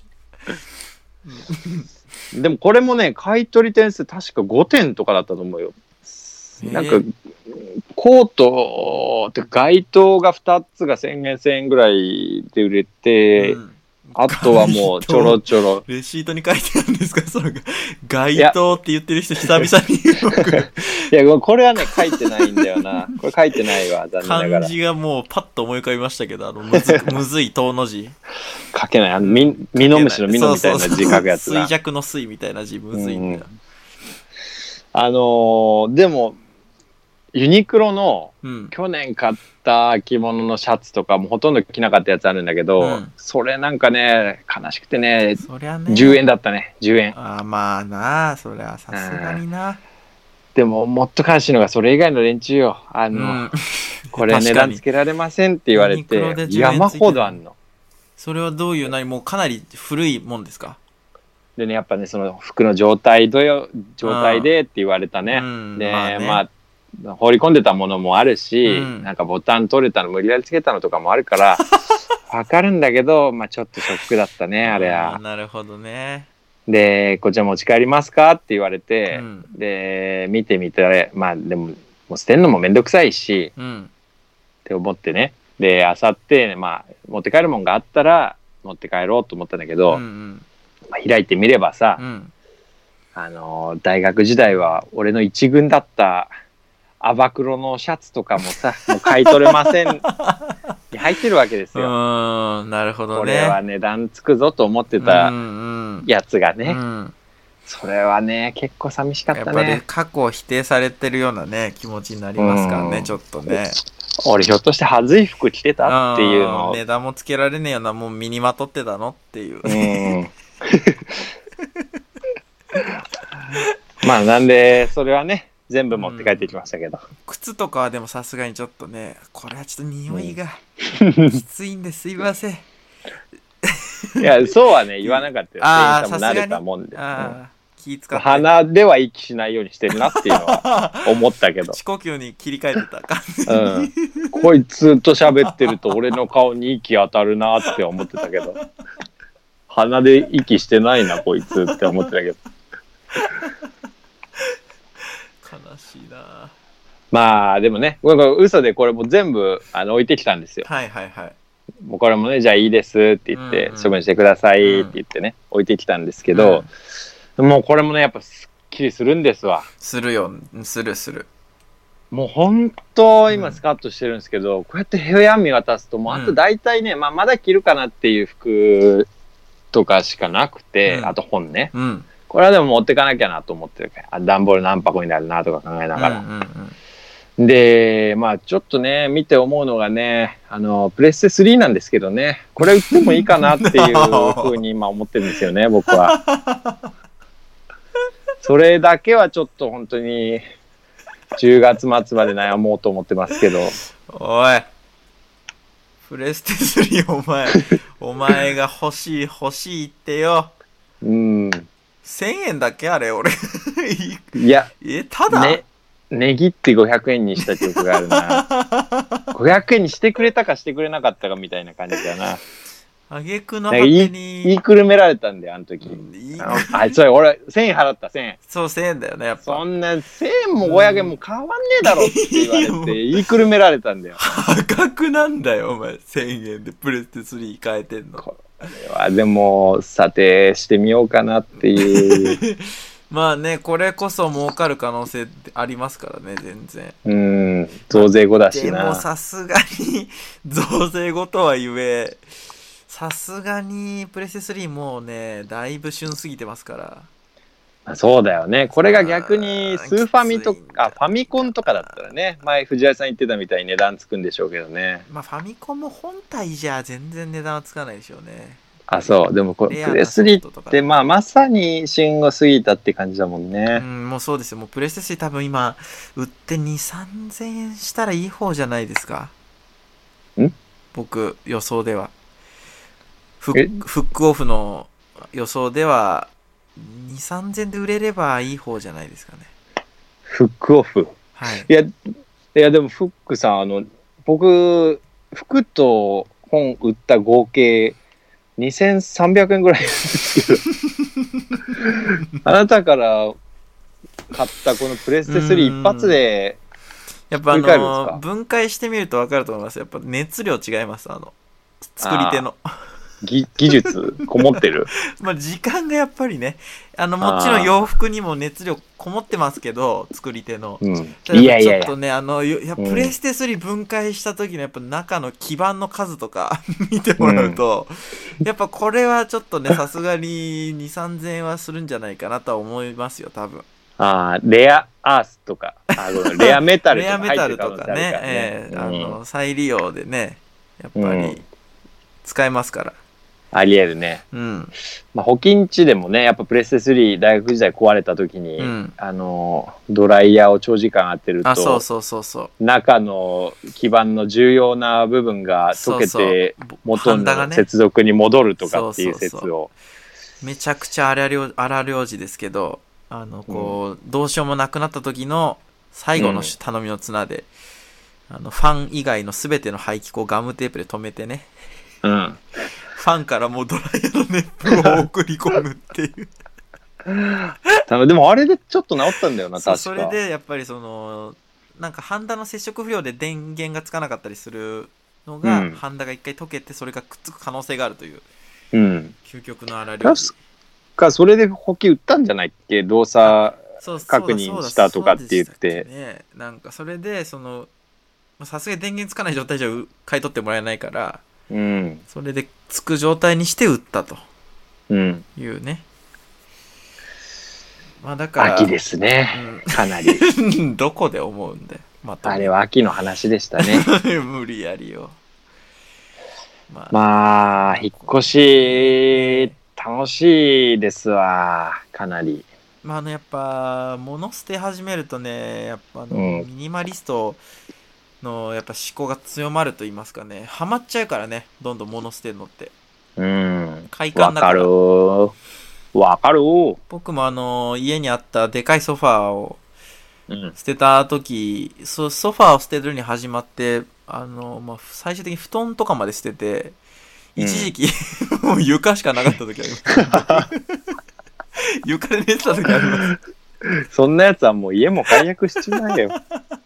でもこれもね買い取り点数確か5点とかだったと思うよ。なんかコートって街灯が2つが1000円1000円ぐらいで売れて、あとはもうちょろちょろレシートに書いてあるんですかその街灯って言ってる人久々にいやこれはね書いてないんだよなこれ書いてないわ残念ながら。 漢字がもうパッと思い浮かびましたけどむずい塔の字書けないミノムシのミノみたいな字書くやつな衰弱の衰みたいな字むずいんだよ、 でもユニクロの去年買った着物のシャツとかもほとんど着なかったやつあるんだけど、それなんかね悲しくてね10円だったね10円。 まあなそりゃさすがにな、 でももっと悲しいのがそれ以外の連中よこれ値段つけられませんって言われて山ほどあんの。 それはどういうもうかなり古いもんですか。 でねやっぱねその服の状態でって言われたね。でまあ放り込んでたものもあるし、なんかボタン取れたの無理やりつけたのとかもあるからわかるんだけど、ちょっとショックだったねあれは。 なるほどね。 でこちら持ち帰りますかって言われて、で見てみたらでももう捨てるのもめんどくさいし、って思ってねであさって持って帰るもんがあったら持って帰ろうと思ったんだけど、開いてみればさ、大学時代は俺の一軍だったアバクロのシャツとかもさもう買い取れませんに入ってるわけですよ。 なるほどね。 これは値段つくぞと思ってたやつがね、それはね結構寂しかったね。 やっぱり過去を否定されてるようなね気持ちになりますからね、ちょっとね。 俺ひょっとしてはずい服着てたっていうのを値段もつけられねえようなもう身にまとってたのっていうなんでそれはね全部持って帰ってきましたけど、 靴とかはでもさすがにちょっとねこれはちょっと匂いがきついんですいませんいやそうはね言わなかったよ。店員さんも慣れたもんで、 気使って鼻では息しないようにしてるなっていうのは思ったけど自呼吸に切り替えてた感じ、 こいつと喋ってると俺の顔に息当たるなって思ってたけど鼻で息してないなこいつって思ってたけど悲しいな。 でもね嘘でこれも全部置いてきたんですよ。もうこれもねじゃあいいですって言って、処分してくださいって言ってね、置いてきたんですけど、もうこれもねやっぱすっきりするんですわ。 するよするもう本当今スカッとしてるんですけど、こうやって部屋見渡すともうあと大体ね、まだ着るかなっていう服とかしかなくて、あと本ね、これはでも持ってかなきゃなと思ってるから段ボール何箱になるなとか考えながら、でちょっとね見て思うのがねプレステ3なんですけどねこれ売ってもいいかなっていうふうに今思ってるんですよね僕はそれだけはちょっと本当に10月末まで悩もうと思ってますけど。 おいプレステ3お前が欲しいってよ。1000円だっけあれ俺いやただ値切って500円にした記憶があるな500円にしてくれたかしてくれなかったかみたいな感じだな。 挙句の果てに言いくるめられたんだよ、あの時。それ俺、1000円払った、1000円。 そう、1000円だよね、やっぱ。 そんな、1000円も500円も変わんねえだろって言われて、言いくるめられたんだよ。 破格なんだよ、お前。1000円でプレステ3変えてんの。 これはでも、査定してみようかなっていう。 まあね、これこそ儲かる可能性ありますからね、全然。 増税後だしな。 でもさすがに、増税後とは言え、さすがにプレステ3もうね、だいぶ旬すぎてますから。 そうだよね。これが逆にスーファミとか、ファミコンとかだったらね、前藤井さん言ってたみたいに値段つくんでしょうけどね。 まあファミコンも本体じゃ全然値段はつかないでしょうね。 そう。でもプレ3って、まさに旬を過ぎたって感じだもんね。 もうそうですよ。もうプレステ3多分今、売って2、3000円したらいい方じゃないですか。僕、予想では。フックオフの予想では、2、3000円で売れればいい方じゃないですかね。 フックオフ。 はい。 いやでもフックさん、僕、服と本売った合計、2300円ぐらいなんですけどあなたから買ったこのプレステ3一発でやっぱ分解してみると分かると思います。やっぱ熱量違います。作り手の技術こもってるまあ時間がやっぱりね、もちろん洋服にも熱量こもってますけど、作り手の、いやちょっとね、プレステ3分解した時のやっぱ中の基板の数とか見てもらうと、やっぱこれはちょっとね、さすがに2、3000円はするんじゃないかなとは思いますよ、多分。 レアアースとか、レアメタルとか入ってるとかね、再利用でね、やっぱり使えますから。 ありえるね。保菌地でもね、やっぱプレステ3大学時代壊れた時に、ドライヤーを長時間当てると、中の基板の重要な部分が溶けて元の接続に戻るとかっていう説を。 めちゃくちゃ荒領事ですけど、どうしようもなくなった時の最後の頼みの綱で、ファン以外の全ての排気口をガムテープで止めてね。ファンからもうドライヤーの熱風を送り込むっていうでもあれでちょっと治ったんだよな、確か。 それでやっぱりなんかハンダの接触不良で電源がつかなかったりするのが、ハンダが一回溶けてそれがくっつく可能性があるという、究極の荒療治。 それで補給売ったんじゃないっけ、動作確認したとかって言って。 なんかそれでさすがに電源つかない状態じゃ買い取ってもらえないから、それでつく状態にして売ったというね。まあだから秋ですね、かなりどこで思うんだよ、 あれは秋の話でしたね無理やりよ。 まあ引っ越し楽しいですわ、かなり。 やっぱ物捨て始めるとね、やっぱミニマリストのやっぱ思考が強まると言いますかね、ハマっちゃうからね、どんどん物捨てるのって。快感だから。 わかる。 僕も家にあったでかいソファーを捨てた時、ソファーを捨てるに始まって、最終的に布団とかまで捨てて、一時期、もう床しかなかった時あります。床で寝てた時あります。 そんなやつはもう家も解約しちまえよ。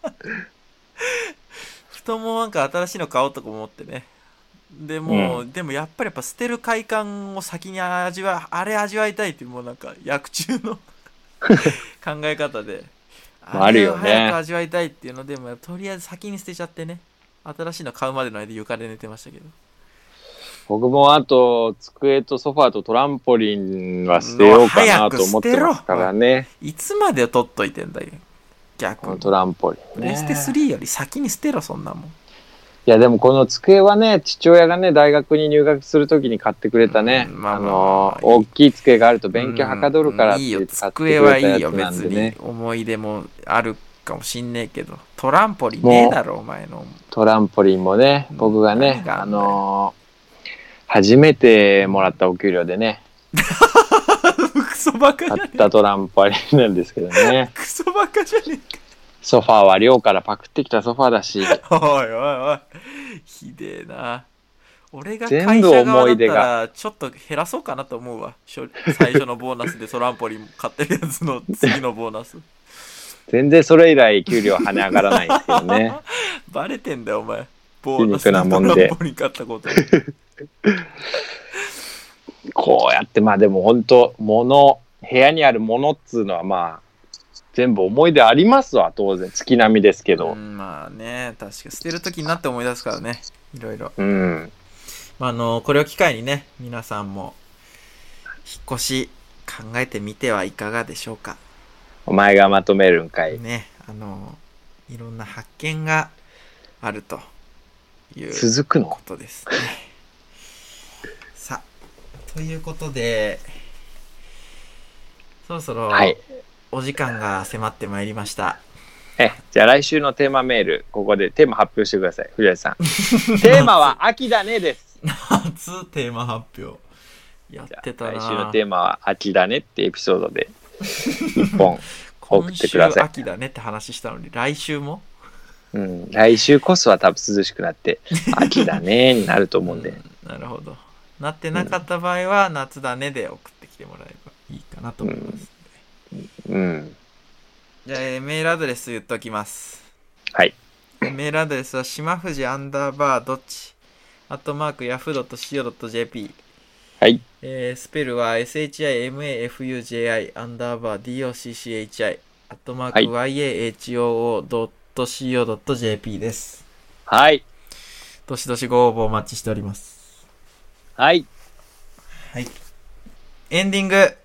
布団もなんか新しいの買おうとか思ってね。でもやっぱり捨てる快感を先に味わいたいっていう、もうなんか薬中の考え方で、 あるよね。 早く味わいたいっていうので、とりあえず先に捨てちゃってね、新しいの買うまでの間床で寝てましたけど。 僕もあと机とソファーとトランポリンは捨てようかなと思ってますからね。 いつまで取っといてんだよ、逆に。 トランポリン、 プレステ3より先に捨てろ、そんなもん。 いやでもこの机はね、父親がね、大学に入学するときに買ってくれたね、大きい机があると勉強はかどるからって言って買ってくれたやつなんでね。 机はいいよ、別に思い出もあるかもしんねえけど、トランポリンねえだろ、お前の。 トランポリンもね、僕がね、初めてもらったお給料でね、 クソバカじゃねえ買ったトランポリンなんですけどね。 クソバカじゃねえか。 ソファーは寮からパクってきたソファーだし。 おいおいおい、ひでえな。 俺が会社側だったらちょっと減らそうかなと思うわ。最初のボーナスでトランポリン買ってるやつの次のボーナス。 全然それ以来給料跳ね上がらないですよね。 バレてんだよお前。ボーナスでトランポリン買ったこと。 こうやってまあでも本当部屋にあるものっつうのはまあ全部思い出ありますわ、当然月並みですけど。 まあね、確か捨てる時になって思い出すからね、いろいろ。 まあこれを機会にね、皆さんも引っ越し考えてみてはいかがでしょうか。 お前がまとめるんかい。 ね、いろんな発見があるという続くのことですね。さあ、ということで、そろそろお時間が迫ってまいりました。 じゃあ来週のテーマメール、ここでテーマ発表してください、藤井さん。テーマは秋だねです。 夏テーマ発表やってたな。 来週のテーマは秋だねってエピソードで1本送ってください。 今週秋だねって話したのに来週も、 来週こそは多分涼しくなって秋だねになると思うんで。 なるほど。なってなかった場合は夏だねで送ってきてもらえばいいかなと思います。じゃあ、メールアドレス言っときます。 はい。 メールアドレスはしまふじ_どっち@yahoo.co.jp。 はい。 スペルは shimafuji_docchi @yahoo.co.jp です。 はい。 どしどしご応募お待ちしております。 はい。 はい。エンディング。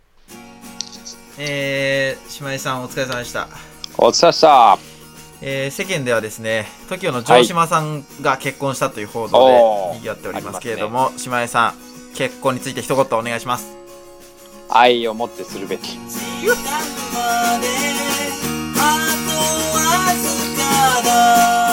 島井さんお疲れ様でした。 お疲れ様でした。 世間ではですね、TOKIO の城島さんが結婚したという報道で賑わっておりますけれども、島井さん、結婚について一言お願いします。 愛をもってするべき。あとわずかだ